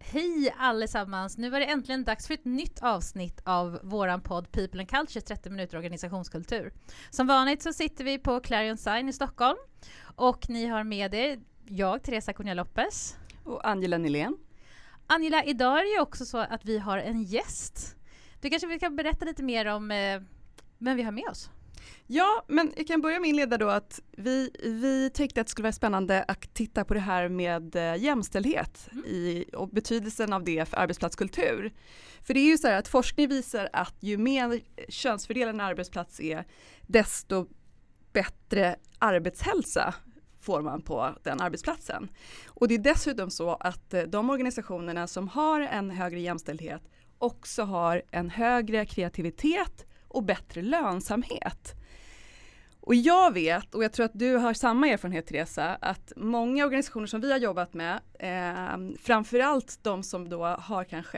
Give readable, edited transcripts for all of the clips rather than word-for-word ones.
Hej allesammans! Nu var det äntligen dags för ett nytt avsnitt av våran podd People and Culture 30 minuter organisationskultur. Som vanligt så sitter vi på Clarion Sign i Stockholm och ni har med er jag, Teresa Cunha Lopez och Angela Nylén. Angela, idag är det ju också så att vi har en gäst. Du kanske vi kan berätta lite mer om vem vi har med oss? Ja, men jag kan börja med att inleda då att vi tyckte att det skulle vara spännande att titta på det här med jämställdhet och betydelsen av det för arbetsplatskultur. För det är ju så här att forskning visar att ju mer könsfördelad en arbetsplats är, desto bättre arbetshälsa får man på den arbetsplatsen. Och det är dessutom så att de organisationerna som har en högre jämställdhet också har en högre kreativitet och bättre lönsamhet. Och jag vet, och jag tror att du har samma erfarenhet Teresa, att många organisationer som vi har jobbat med, framförallt de som då har kanske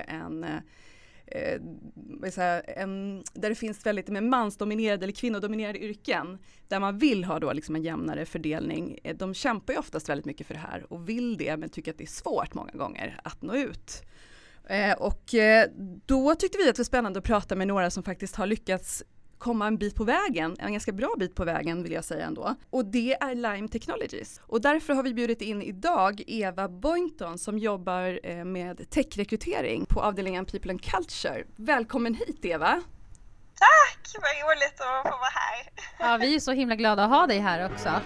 där det finns väldigt med mansdominerade eller kvinnodominerade yrken, där man vill ha då liksom en jämnare fördelning, de kämpar ju oftast väldigt mycket för det här och vill det, men tycker att det är svårt många gånger att nå ut. Då tyckte vi att det var spännande att prata med några som faktiskt har lyckats komma en bit på vägen, en ganska bra bit på vägen vill jag säga ändå. Och det är Lime Technologies. Och därför har vi bjudit in idag Eva Boynton som jobbar med techrekrytering på avdelningen People and Culture. Välkommen hit Eva! Tack, vad roligt att få vara här. Ja, vi är så himla glada att ha dig här också.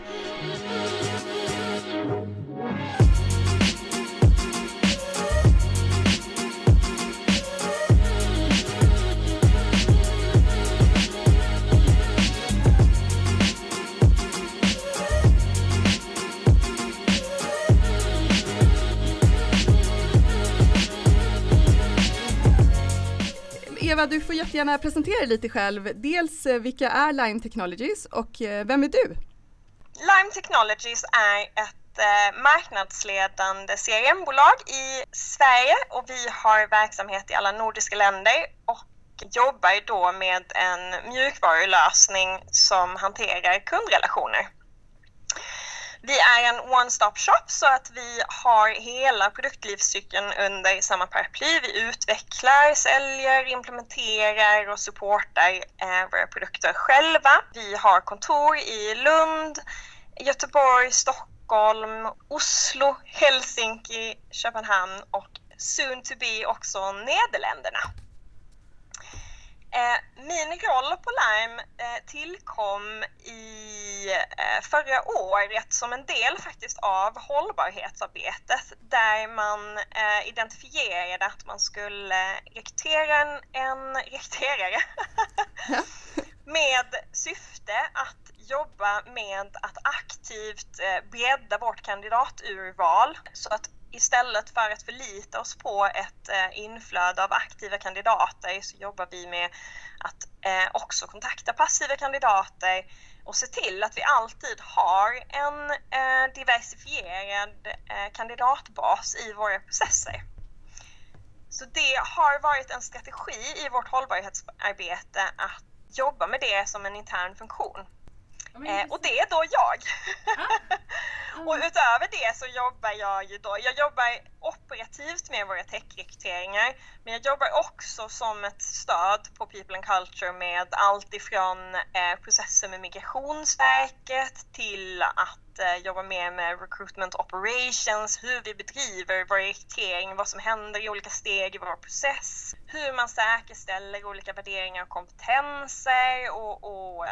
Eva, du får jättegärna presentera lite själv. Dels vilka är Lime Technologies och vem är du? Lime Technologies är ett marknadsledande CRM-bolag i Sverige och vi har verksamhet i alla nordiska länder och jobbar då med en mjukvarulösning som hanterar kundrelationer. Vi är en one-stop shop så att vi har hela produktlivscykeln under samma paraply. Vi utvecklar, säljer, implementerar och supportar våra produkter själva. Vi har kontor i Lund, Göteborg, Stockholm, Oslo, Helsinki, Köpenhamn och soon to be också Nederländerna. Min roll på Lime tillkom i förra året som en del faktiskt av hållbarhetsarbetet där man identifierade att man skulle rekrytera en rekryterare med syfte att jobba med att aktivt bredda vårt kandidaturval så att istället för att förlita oss på ett inflöde av aktiva kandidater så jobbar vi med att också kontakta passiva kandidater och se till att vi alltid har en diversifierad kandidatbas i våra processer. Så det har varit en strategi i vårt hållbarhetsarbete att jobba med det som en intern funktion. Och det är då jag. Och utöver det så jobbar jag jobbar operativt med våra techrekryteringar, men jag jobbar också som ett stöd på People and Culture med allt ifrån processer med Migrationsverket till att jobba mer med recruitment operations, hur vi bedriver vår rekrytering, vad som händer i olika steg i vår process, hur man säkerställer olika värderingar och kompetenser och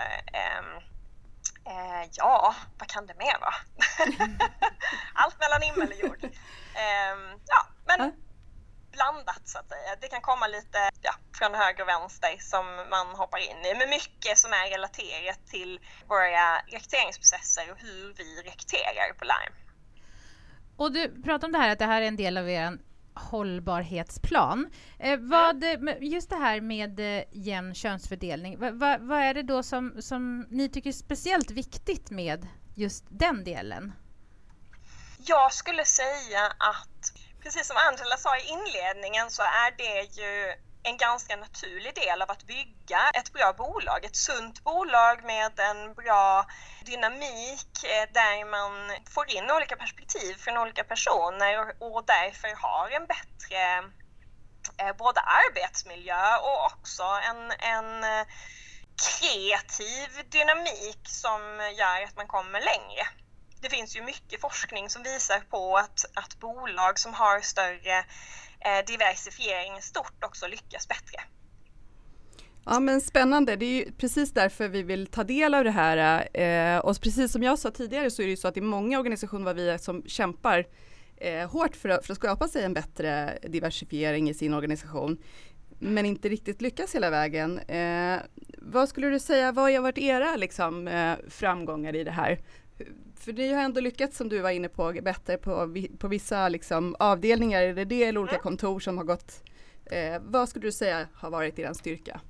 ja, vad kan det mer vara? Allt mellan himmel och jord. Men blandat så att säga. Det kan komma lite från höger och vänster som man hoppar in i. Men mycket som är relaterat till våra rekryteringsprocesser och hur vi rekryterar på Lime. Och du pratar om det här att det här är en del av er hållbarhetsplan. Just det här med jämn könsfördelning, vad är det då som ni tycker är speciellt viktigt med just den delen? Jag skulle säga att, precis som Angela sa i inledningen, så är det ju en ganska naturlig del av att bygga ett bra bolag, ett sunt bolag med en bra dynamik där man får in olika perspektiv från olika personer och därför har en bättre både arbetsmiljö och också en kreativ dynamik som gör att man kommer längre. Det finns ju mycket forskning som visar på att bolag som har större diversifiering stort också lyckas bättre. Ja, men spännande. Det är ju precis därför vi vill ta del av det här. Och precis som jag sa tidigare så är det ju så att det är många organisationer som kämpar hårt för att skapa sig en bättre diversifiering i sin organisation, men inte riktigt lyckas hela vägen. Vad skulle du säga, vad har varit era framgångar i det här? För ni har ändå lyckats, som du var inne på, bättre på vissa avdelningar. Är det eller olika kontor som har gått? Vad skulle du säga har varit er styrka?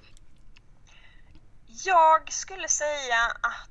Jag skulle säga att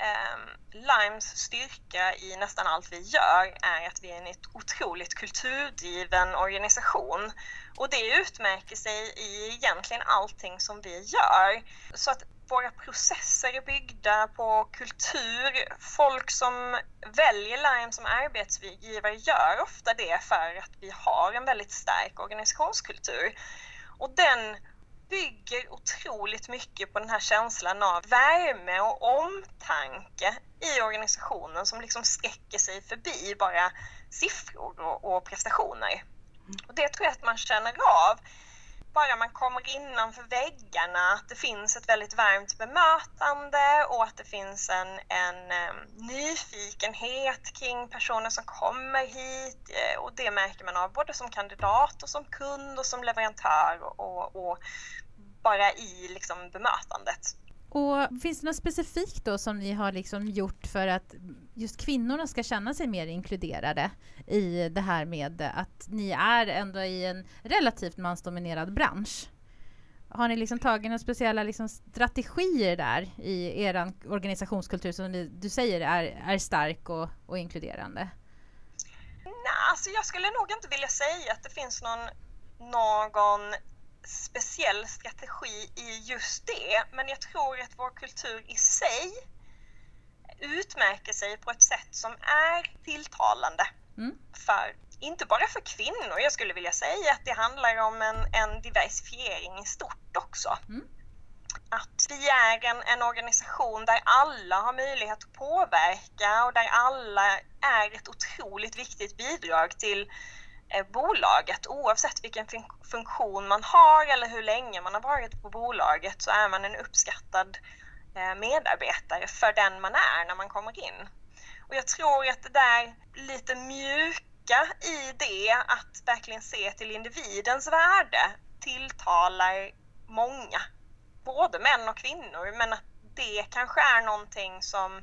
Limes styrka i nästan allt vi gör är att vi är en otroligt kulturdriven organisation. Och det utmärker sig i egentligen allting som vi gör. Så att våra processer är byggda på kultur. Folk som väljer Lime som arbetsgivare gör ofta det för att vi har en väldigt stark organisationskultur. Och den bygger otroligt mycket på den här känslan av värme och omtanke i organisationen som sträcker sig förbi bara siffror och prestationer. Och det tror jag att man känner av bara man kommer innanför väggarna, att det finns ett väldigt varmt bemötande och att det finns en nyfikenhet kring personer som kommer hit, och det märker man av både som kandidat och som kund och som leverantör och bara i bemötandet. Och finns det något specifikt då som ni har gjort för att just kvinnorna ska känna sig mer inkluderade i det här med att ni är ändå i en relativt mansdominerad bransch? Har ni tagit några speciella strategier där i er organisationskultur som du säger är stark och inkluderande? Nej, alltså jag skulle nog inte vilja säga att det finns någon speciell strategi i just det, men jag tror att vår kultur i sig utmärker sig på ett sätt som är tilltalande för, inte bara för kvinnor. Jag skulle vilja säga att det handlar om en diversifiering i stort också. Att vi är en organisation där alla har möjlighet att påverka och där alla är ett otroligt viktigt bidrag till bolaget. Oavsett vilken funktion man har eller hur länge man har varit på bolaget så är man en uppskattad medarbetare för den man är när man kommer in. Och jag tror att det där lite mjuka i det, att verkligen se till individens värde, tilltalar många, både män och kvinnor, men att det kanske är någonting som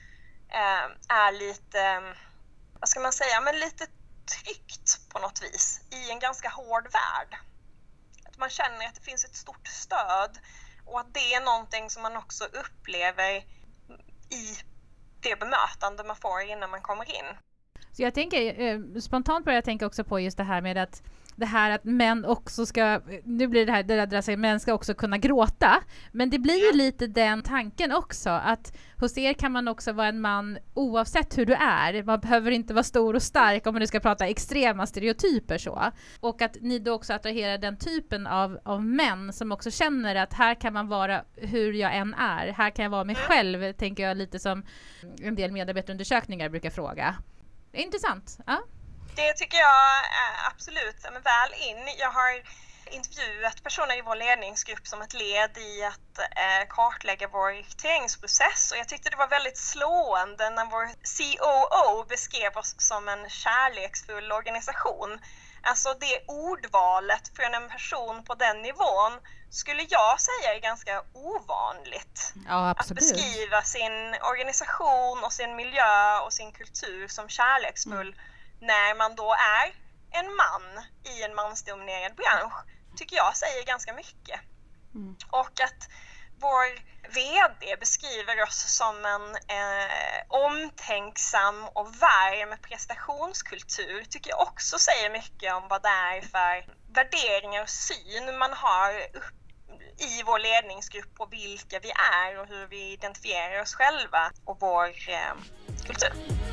är lite, vad ska man säga, men lite tryggt på något vis i en ganska hård värld. Att man känner att det finns ett stort stöd och att det är någonting som man också upplever i det bemötande man får innan man kommer in. Så jag tänker, spontant börjar jag tänka också på just det här med att män också ska, nu blir det där män ska också kunna gråta, men det blir ju lite den tanken också, att hos er kan man också vara en man oavsett hur du är. Man behöver inte vara stor och stark om man nu ska prata extrema stereotyper så. Och att ni då också attraherar den typen av män som också känner att här kan man vara hur jag än är. Här kan jag vara mig själv, tänker jag, lite som en del medarbetarundersökningar brukar fråga. Intressant, ja. Det tycker jag absolut stämmer väl in. Jag har intervjuat personer i vår ledningsgrupp som ett led i att kartlägga vår rekryteringsprocess, och jag tyckte det var väldigt slående när vår COO beskrev oss som en kärleksfull organisation. Alltså det ordvalet från en person på den nivån skulle jag säga är ganska ovanligt. Ja, absolut. Att beskriva sin organisation och sin miljö och sin kultur som kärleksfull när man då är en man i en mansdominerad bransch, tycker jag säger ganska mycket. Och att vår VD beskriver oss som en omtänksam och varm prestationskultur tycker jag också säger mycket om vad det är för värderingar och syn man har i vår ledningsgrupp på vilka vi är och hur vi identifierar oss själva och vår kultur.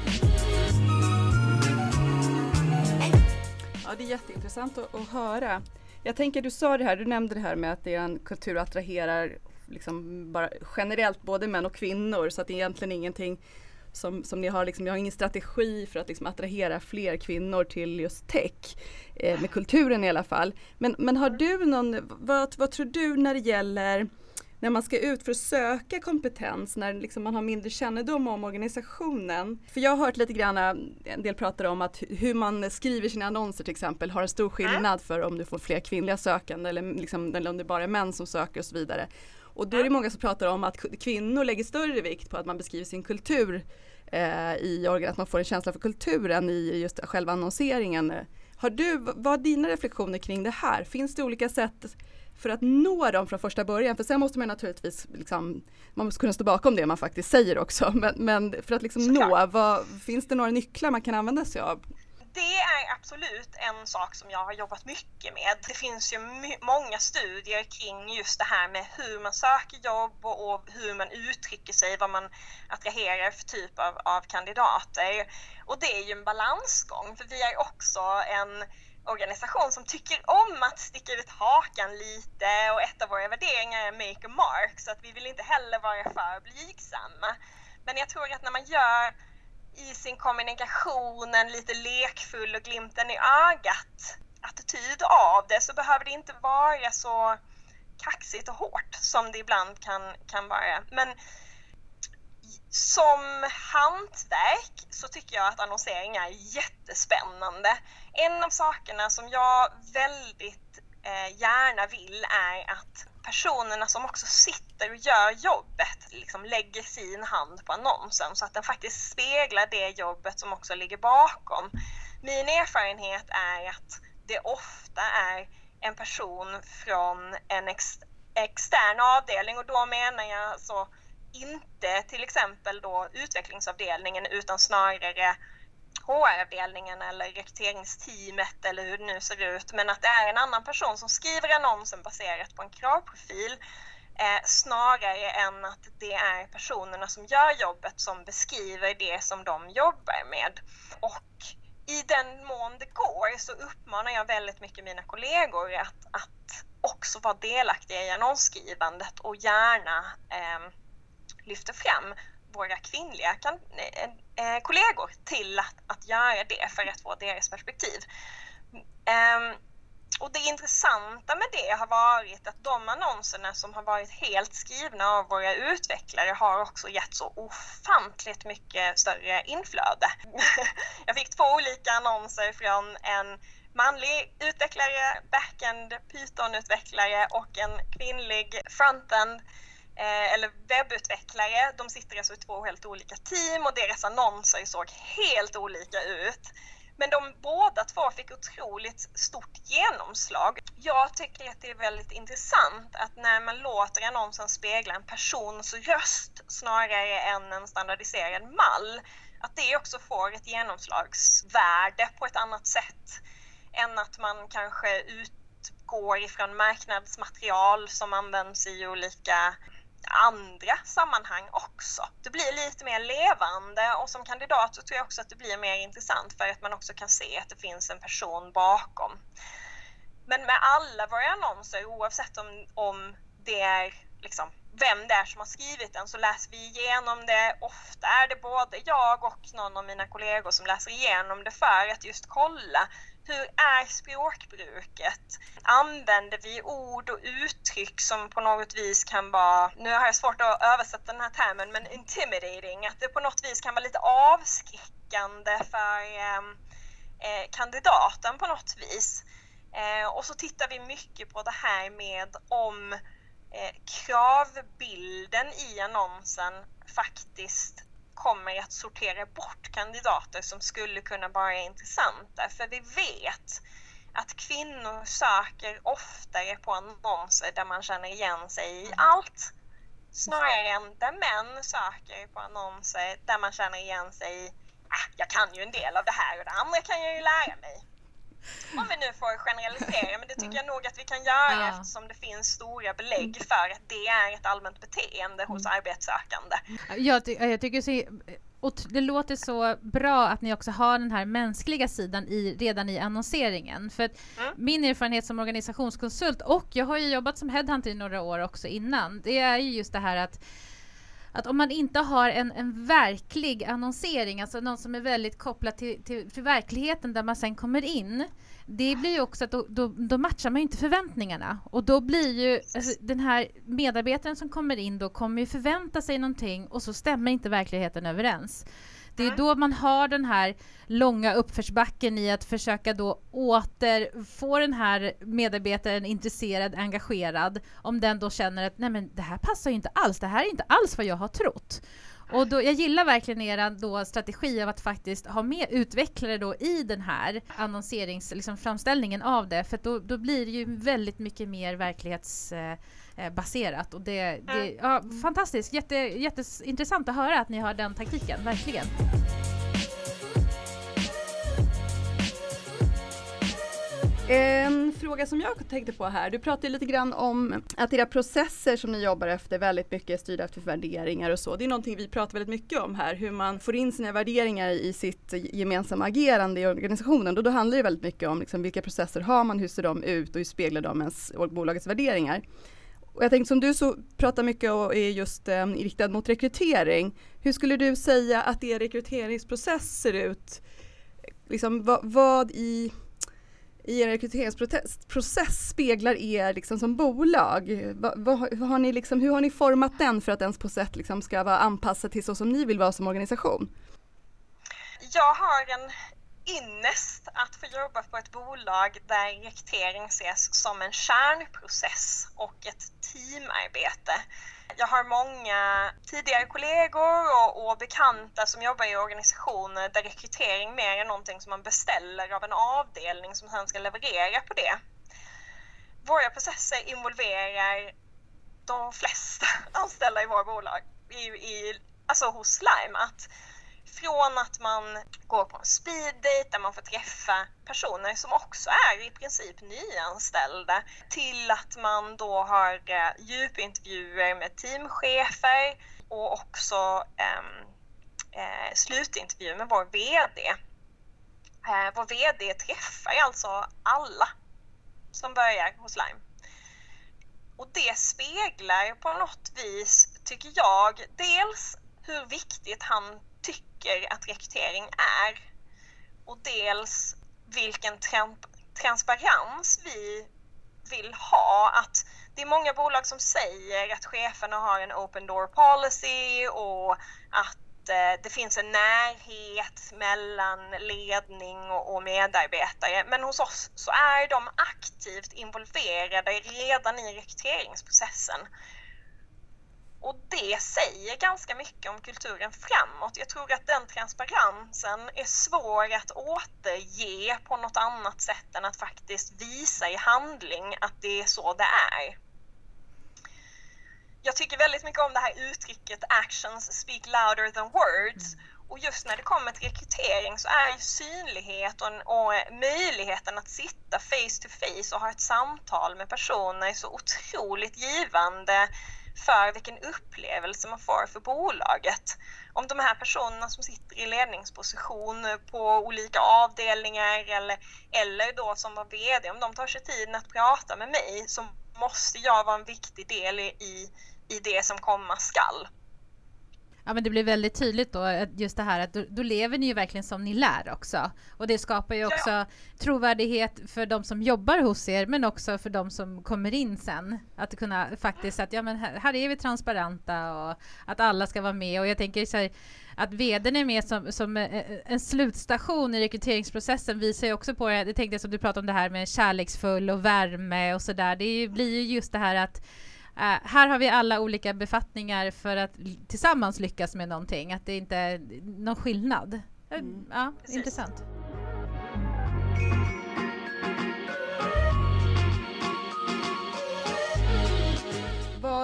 Ja, det är jätteintressant att höra. Jag tänker, du nämnde det här med att er kultur attraherar liksom bara generellt både män och kvinnor, så att det är egentligen ingenting som ni har, liksom, jag har ingen strategi för att liksom attrahera fler kvinnor till just tech, med kulturen i alla fall. Men har du vad tror du när det gäller när man ska ut för att söka kompetens, när liksom man har mindre kännedom om organisationen? För jag har hört lite grann, en del pratar om att hur man skriver sina annonser till exempel har en stor skillnad för om du får fler kvinnliga sökande eller om det bara är män som söker och så vidare. Och då är det många som pratar om att kvinnor lägger större vikt på att man beskriver sin kultur att man får en känsla för kulturen i just själva annonseringen. Vad är dina reflektioner kring det här? Finns det olika sätt för att nå dem från första början? För sen måste man naturligtvis man måste kunna stå bakom det man faktiskt säger också. Men för att finns det några nycklar man kan använda sig av? Det är absolut en sak som jag har jobbat mycket med. Det finns ju många studier kring just det här med hur man söker jobb och hur man uttrycker sig, vad man attraherar för typ av kandidater. Och det är ju en balansgång, för vi är också en organisation som tycker om att sticka ut hakan lite, och ett av våra värderingar är make a mark, så att vi vill inte heller vara för blygsamma. Men jag tror att när man gör i sin kommunikation en lite lekfull och glimten i ögat attityd av det, så behöver det inte vara så kaxigt och hårt som det ibland kan vara. Men som hantverk så tycker jag att annonsering är jättespännande. En av sakerna som jag väldigt gärna vill är att personerna som också sitter och gör jobbet liksom lägger sin hand på annonsen så att den faktiskt speglar det jobbet som också ligger bakom. Min erfarenhet är att det ofta är en person från en extern avdelning, och då menar jag så inte till exempel då utvecklingsavdelningen utan snarare HR-avdelningen eller rekryteringsteamet eller hur det nu ser ut, men att det är en annan person som skriver annonsen baserat på en kravprofil snarare än att det är personerna som gör jobbet som beskriver det som de jobbar med. Och i den mån det går så uppmanar jag väldigt mycket mina kollegor att också vara delaktiga i annonsskrivandet och gärna lyfter fram våra kvinnliga kollegor till att göra det för att få deras perspektiv. Och det intressanta med det har varit att de annonserna som har varit helt skrivna av våra utvecklare har också gett så ofantligt mycket större inflöde. Jag fick 2 olika annonser från en manlig utvecklare, backend Python-utvecklare och en kvinnlig frontend eller webbutvecklare. De sitter alltså i 2 helt olika team och deras annonser såg helt olika ut. Men de båda 2 fick otroligt stort genomslag. Jag tycker att det är väldigt intressant att när man låter annonsen spegla en persons röst snarare än en standardiserad mall, att det också får ett genomslagsvärde på ett annat sätt än att man kanske utgår ifrån marknadsmaterial som används i olika andra sammanhang också. Det blir lite mer levande, och som kandidat så tror jag också att det blir mer intressant för att man också kan se att det finns en person bakom. Men med alla våra annonser, oavsett om det är liksom vem det är som har skrivit den, så läser vi igenom det. Ofta är det både jag och någon av mina kollegor som läser igenom det för att just kolla hur är språkbruket? Använder vi ord och uttryck som på något vis kan vara, nu har jag svårt att översätta den här termen, men intimidating, att det på något vis kan vara lite avskräckande för kandidaten på något vis. Och så tittar vi mycket på det här med om kravbilden i annonsen faktiskt kommer att sortera bort kandidater som skulle kunna vara intressanta. För vi vet att kvinnor söker oftare på annonser där man känner igen sig i allt. snarare än där män söker på annonser där man känner igen sig. Jag kan ju en del av det här och det andra kan jag ju lära mig. Om vi nu får generalisera, men det tycker jag nog att vi kan göra eftersom det finns stora belägg för att det är ett allmänt beteende hos arbetssökande. Jag tycker så, och det låter så bra att ni också har den här mänskliga sidan redan i annonseringen. För att min erfarenhet som organisationskonsult, och jag har ju jobbat som headhunter i några år också innan, det är ju just det här att om man inte har en verklig annonsering, alltså någon som är väldigt kopplad till verkligheten där man sen kommer in, det blir ju också att då matchar man ju inte förväntningarna. Och då blir ju alltså, den här medarbetaren som kommer in då kommer ju förvänta sig någonting och så stämmer inte verkligheten överens. Det är då man har den här långa uppförsbacken i att försöka då få den här medarbetaren intresserad, engagerad, om den då känner att nej men det här passar ju inte alls, det här är inte alls vad jag har trott. Och då, jag gillar verkligen er då strategi av att faktiskt ha med utvecklare då i den här framställningen av det, för då blir det ju väldigt mycket mer verklighetsbaserat och det fantastiskt, jätteintressant att höra att ni har den taktiken, verkligen. En fråga som jag tänkte på här, du pratade lite grann om att era processer som ni jobbar efter väldigt mycket är styrda efter värderingar och så. Det är någonting vi pratar väldigt mycket om här, hur man får in sina värderingar i sitt gemensamma agerande i organisationen. Då handlar det väldigt mycket om liksom, vilka processer har man, hur ser de ut och hur speglar de ens bolagets värderingar. Och jag tänkte som du så pratar mycket och är just riktad mot rekrytering. Hur skulle du säga att er rekryteringsprocess ser ut? Liksom, vad i er rekryteringsprocess speglar er liksom som bolag? Hur har ni format den för att ens process liksom ska vara anpassad till så som ni vill vara som organisation? Jag har en ynnest att få jobba på ett bolag där rekrytering ses som en kärnprocess och ett teamarbete. Jag har många tidigare kollegor och bekanta som jobbar i organisationer där rekrytering mer är någonting som man beställer av en avdelning som sedan ska leverera på det. Våra processer involverar de flesta anställda i våra bolag, alltså hos Lime. Från att man går på en speeddate där man får träffa personer som också är i princip nyanställda, till att man då har djupintervjuer med teamchefer och också slutintervjuer med vår VD. Vår VD träffar alltså alla som börjar hos Lime. Och det speglar på något vis, tycker jag, dels hur viktigt han tycker att rekrytering är och dels vilken transparens vi vill ha. Att det är många bolag som säger att cheferna har en open door policy och att det finns en närhet mellan ledning och medarbetare. Men hos oss så är de aktivt involverade redan i rekryteringsprocessen. Och det säger ganska mycket om kulturen framåt. Jag tror att den transparensen är svår att återge på något annat sätt än att faktiskt visa i handling att det är så det är. Jag tycker väldigt mycket om det här uttrycket actions speak louder than words. Och just när det kommer till rekrytering så är synlighet och möjligheten att sitta face to face och ha ett samtal med personer så otroligt givande för vilken upplevelse man får för bolaget. Om de här personerna som sitter i ledningsposition på olika avdelningar eller då som var VD, om de tar sig tiden att prata med mig så måste jag vara en viktig del i det som komma skall. Ja, men det blir väldigt tydligt då just det här att då lever ni ju verkligen som ni lär också. Och det skapar ju också trovärdighet för de som jobbar hos er, men också för de som kommer in sen. Att kunna faktiskt att ja, men här är vi transparenta och att alla ska vara med. Och jag tänker så här, att vdn är med som en slutstation i rekryteringsprocessen visar ju också på det. Jag tänkte som du pratade om det här med kärleksfull och värme och sådär. Det blir ju just det här att här har vi alla olika befattningar för att tillsammans lyckas med någonting. Att det inte är någon skillnad. Ja, intressant.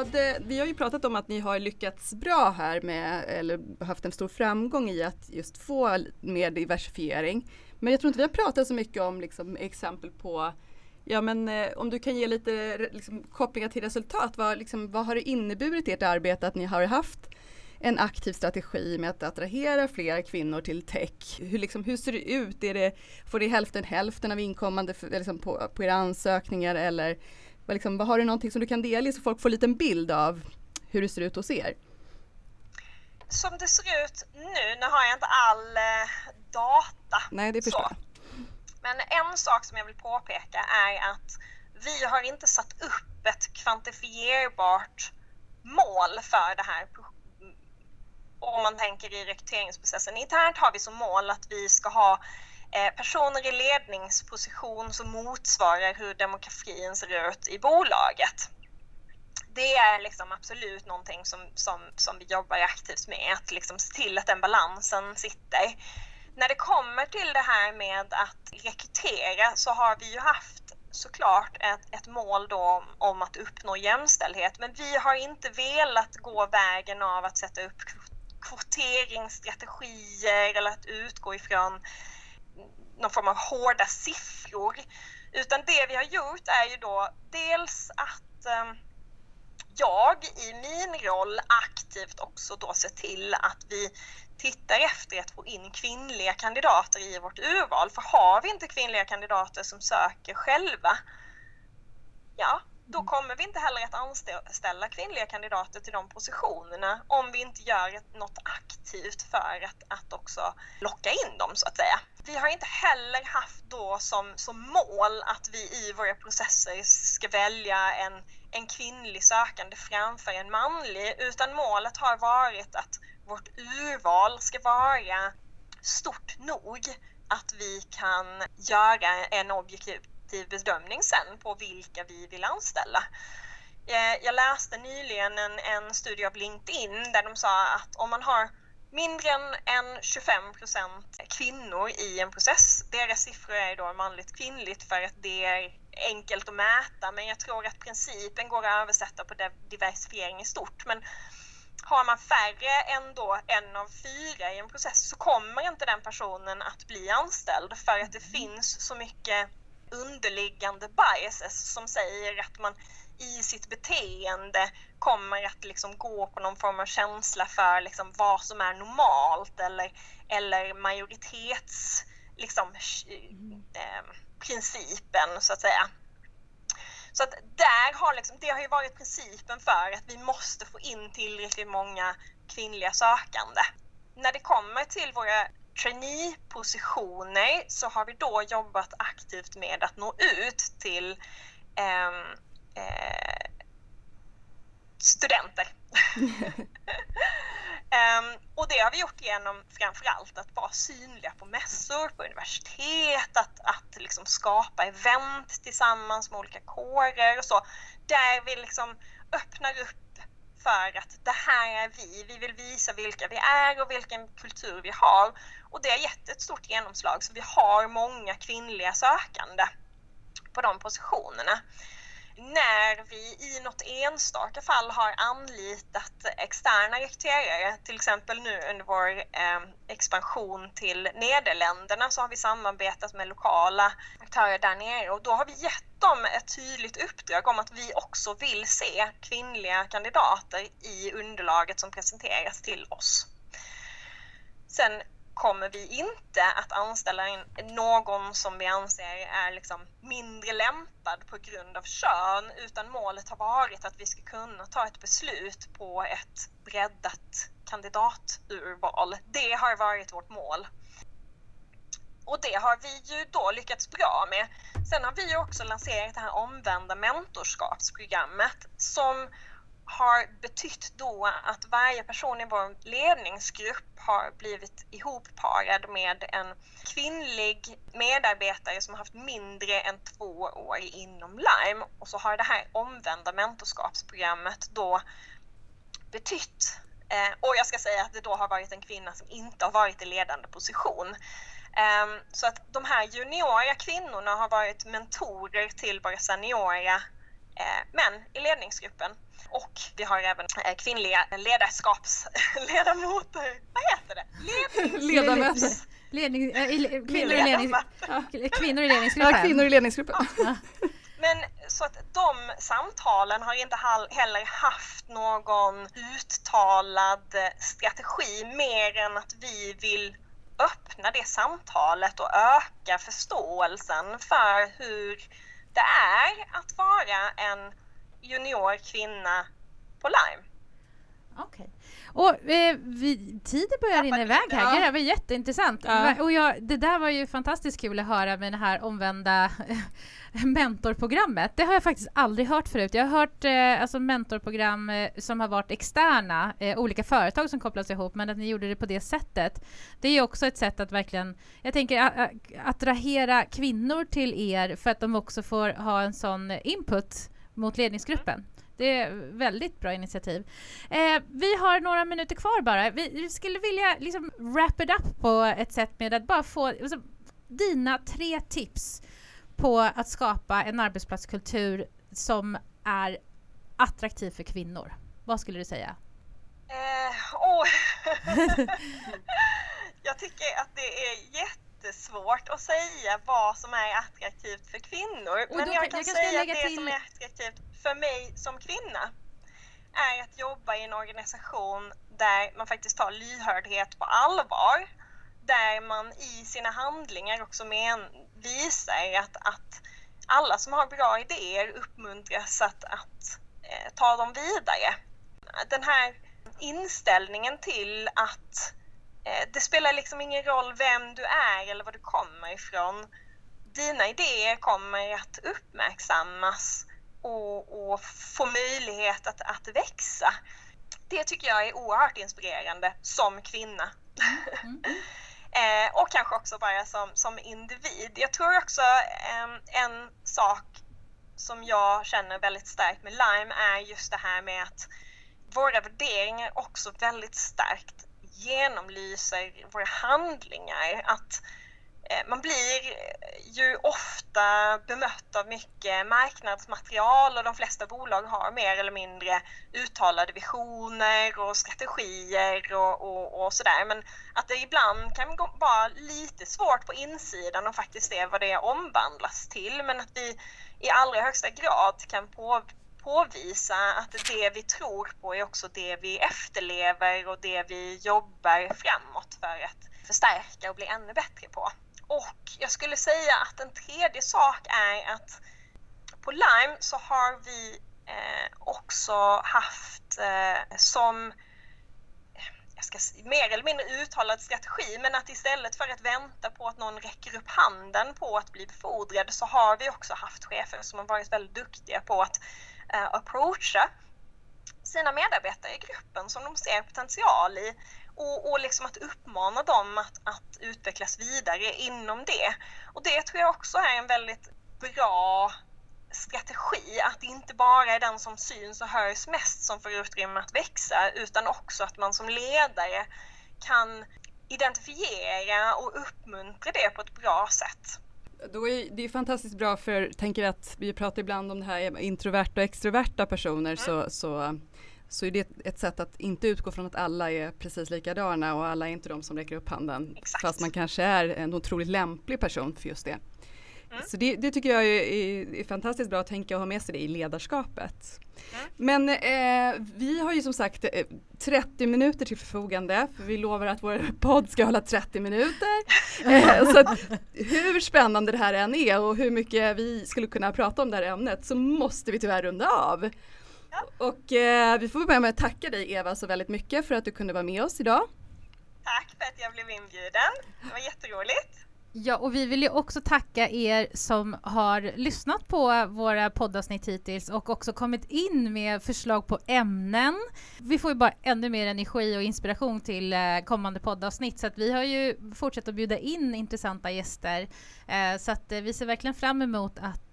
vi har ju pratat om att ni har lyckats bra här med, eller haft en stor framgång i att just få mer diversifiering. Men jag tror inte vi har pratat så mycket om liksom, exempel på, om du kan ge lite liksom, kopplingar till resultat. Vad har det inneburit i ert arbete att ni har haft en aktiv strategi med att attrahera fler kvinnor till tech? Hur ser det ut? Får det hälften av inkommande liksom, på era ansökningar, eller vad har du någonting som du kan dela i så folk får en liten bild av hur det ser ut hos er? Som det ser ut nu har jag inte all data. Nej, det förstår jag. Men en sak som jag vill påpeka är att vi har inte satt upp ett kvantifierbart mål för det här. Om man tänker i rekryteringsprocessen. Internt har vi som mål att vi ska ha personer i ledningsposition som motsvarar hur demografin ser ut i bolaget. Det är liksom absolut någonting som vi jobbar aktivt med, att liksom se till att den balansen sitter. När det kommer till det här med att rekrytera så har vi ju haft såklart ett mål då om att uppnå jämställdhet, men vi har inte velat gå vägen av att sätta upp kvoteringsstrategier eller att utgå ifrån någon form av hårda siffror, utan det vi har gjort är ju då dels att jag i min roll aktivt också då ser till att vi tittar efter att få in kvinnliga kandidater i vårt urval. För har vi inte kvinnliga kandidater som söker själva, då kommer vi inte heller att anställa kvinnliga kandidater till de positionerna om vi inte gör något aktivt för att också locka in dem, så att säga. Vi har inte heller haft då som mål att vi i våra processer ska välja en kvinnlig sökande framför en manlig, utan målet har varit att vårt urval ska vara stort nog att vi kan göra en objektiv bedömning sen på vilka vi vill anställa. Jag läste nyligen en studie av LinkedIn där de sa att om man har mindre än 25% kvinnor i en process, deras siffror är då manligt kvinnligt för att det är enkelt att mäta, men jag tror att principen går att översätta på diversifiering i stort. Men har man färre än då 1 av 4 i en process så kommer inte den personen att bli anställd, för att det finns så mycket underliggande biases som säger att man i sitt beteende kommer att liksom gå på någon form av känsla för liksom vad som är normalt eller majoritets liksom, principen, så att säga. Så att det har ju varit principen för att vi måste få in tillräckligt många kvinnliga sökande. När det kommer till våra trainee-positioner så har vi då jobbat aktivt med att nå ut till studenter. Och det har vi gjort genom framförallt att vara synliga på mässor, på universitet, att liksom skapa event tillsammans med olika kårer och så, där vi liksom öppnar upp för att det här är vi vill visa vilka vi är och vilken kultur vi har, och det har gett ett stort genomslag, så vi har många kvinnliga sökande på de positionerna. När vi i något enstaka fall har anlitat externa rekryterare, till exempel nu under vår expansion till Nederländerna, så har vi samarbetat med lokala aktörer där nere, och då har vi gett dem ett tydligt uppdrag om att vi också vill se kvinnliga kandidater i underlaget som presenteras till oss. Sen kommer vi inte att anställa någon som vi anser är liksom mindre lämpad på grund av kön, utan målet har varit att vi ska kunna ta ett beslut på ett breddat kandidaturval. Det har varit vårt mål. Och det har vi ju då lyckats bra med. Sen har vi också lanserat det här omvända mentorskapsprogrammet som har betytt då att varje person i vår ledningsgrupp har blivit ihopparad med en kvinnlig medarbetare som har haft mindre än 2 år inom Lime. Och så har det här omvända mentorskapsprogrammet då betytt, och jag ska säga att det då har varit en kvinna som inte har varit i ledande position. Så att de här juniora kvinnorna har varit mentorer till våra seniora män i ledningsgruppen. Och vi har även kvinnliga ledarskapsledamöter. Vad heter det? Ledamöter. Kvinnor i ledningsgruppen. Ja, kvinnor i ledningsgruppen. Ja. Men så att de samtalen har inte heller haft någon uttalad strategi mer än att vi vill öppna det samtalet och öka förståelsen för hur det är att vara en junior kvinna på Lime. Okej. Och tiden börjar rinna iväg här. Ja. Det var jätteintressant. Ja. Och det där var ju fantastiskt kul att höra med det här omvända mentorprogrammet. Det har jag faktiskt aldrig hört förut. Jag har hört mentorprogram som har varit externa, olika företag som kopplas ihop, men att ni gjorde det på det sättet. Det är ju också ett sätt att verkligen, jag tänker, attrahera kvinnor till er för att de också får ha en sån input mot ledningsgruppen. Det är väldigt bra initiativ. Vi har några minuter kvar bara. Vi skulle vilja liksom wrap it up på ett sätt med att bara få dina 3 tips på att skapa en arbetsplatskultur som är attraktiv för kvinnor. Vad skulle du säga? Jag tycker att det är jättesvårt att säga vad som är attraktivt för kvinnor. Men jag kan säga att det som är attraktivt för mig som kvinna är att jobba i en organisation där man faktiskt tar lyhördhet på allvar. Där man i sina handlingar också visar att alla som har bra idéer uppmuntras att ta dem vidare. Den här inställningen till att det spelar liksom ingen roll vem du är eller var du kommer ifrån. Dina idéer kommer att uppmärksammas och få möjlighet att växa. Det tycker jag är oerhört inspirerande som kvinna. Och kanske också bara som individ. Jag tror också en sak som jag känner väldigt starkt med Lime är just det här med att våra värderingar också väldigt starkt genomlyser våra handlingar. Att man blir ju ofta bemött av mycket marknadsmaterial och de flesta bolag har mer eller mindre uttalade visioner och strategier och sådär. Men att det ibland kan vara lite svårt på insidan och faktiskt se vad det omvandlas till. Men att vi i allra högsta grad kan påvisa att det vi tror på är också det vi efterlever och det vi jobbar framåt för att förstärka och bli ännu bättre på. Och jag skulle säga att en tredje sak är att på Lime så har vi också haft som mer eller mindre uttalad strategi, men att istället för att vänta på att någon räcker upp handen på att bli befordrad så har vi också haft chefer som har varit väldigt duktiga på att approacha sina medarbetare i gruppen som de ser potential i och liksom att uppmana dem att utvecklas vidare inom det. Och det tror jag också är en väldigt bra strategi, att det inte bara är den som syns och hörs mest som får utrymme att växa, utan också att man som ledare kan identifiera och uppmuntra det på ett bra sätt. Det är fantastiskt bra, för tänker att vi pratar ibland om det här introverta och extroverta personer, så är det ett sätt att inte utgå från att alla är precis likadana och alla är inte de som räcker upp handen. Exakt. Fast man kanske är en otroligt lämplig person för just det. Så det tycker jag är fantastiskt bra att tänka och ha med sig det i ledarskapet. Men vi har ju som sagt 30 minuter till förfogande, för vi lovar att vår podd ska hålla 30 minuter. Så att, hur spännande det här än är och hur mycket vi skulle kunna prata om det här ämnet, så måste vi tyvärr runda av. Ja. Och vi får börja med att tacka dig, Eva, så väldigt mycket för att du kunde vara med oss idag. Tack för att jag blev inbjuden. Det var jätteroligt. Ja, och vi vill ju också tacka er som har lyssnat på våra poddavsnitt hittills och också kommit in med förslag på ämnen. Vi får ju bara ännu mer energi och inspiration till kommande poddavsnitt, så att vi har ju fortsatt att bjuda in intressanta gäster. Så att vi ser verkligen fram emot att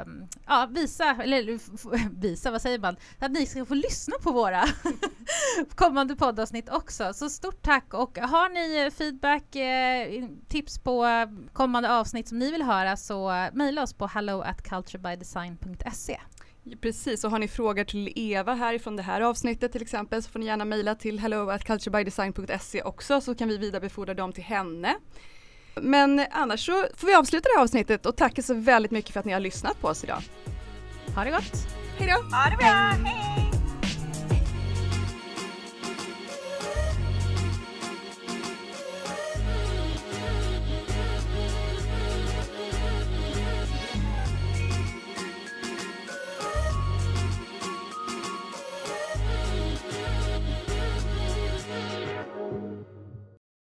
visa, vad säger man? Att ni ska få lyssna på våra kommande poddavsnitt också. Så stort tack, och har ni feedback, tips på kommande avsnitt som ni vill höra, så mejla oss på hello@culturebydesign.se. Precis, och har ni frågor till Eva härifrån det här avsnittet till exempel så får ni gärna mejla till hello@culturebydesign.se också så kan vi vidarebefordra dem till henne. Men annars så får vi avsluta det här avsnittet och tacka så väldigt mycket för att ni har lyssnat på oss idag. Ha det gott! Hej då! Ha det bra, hej!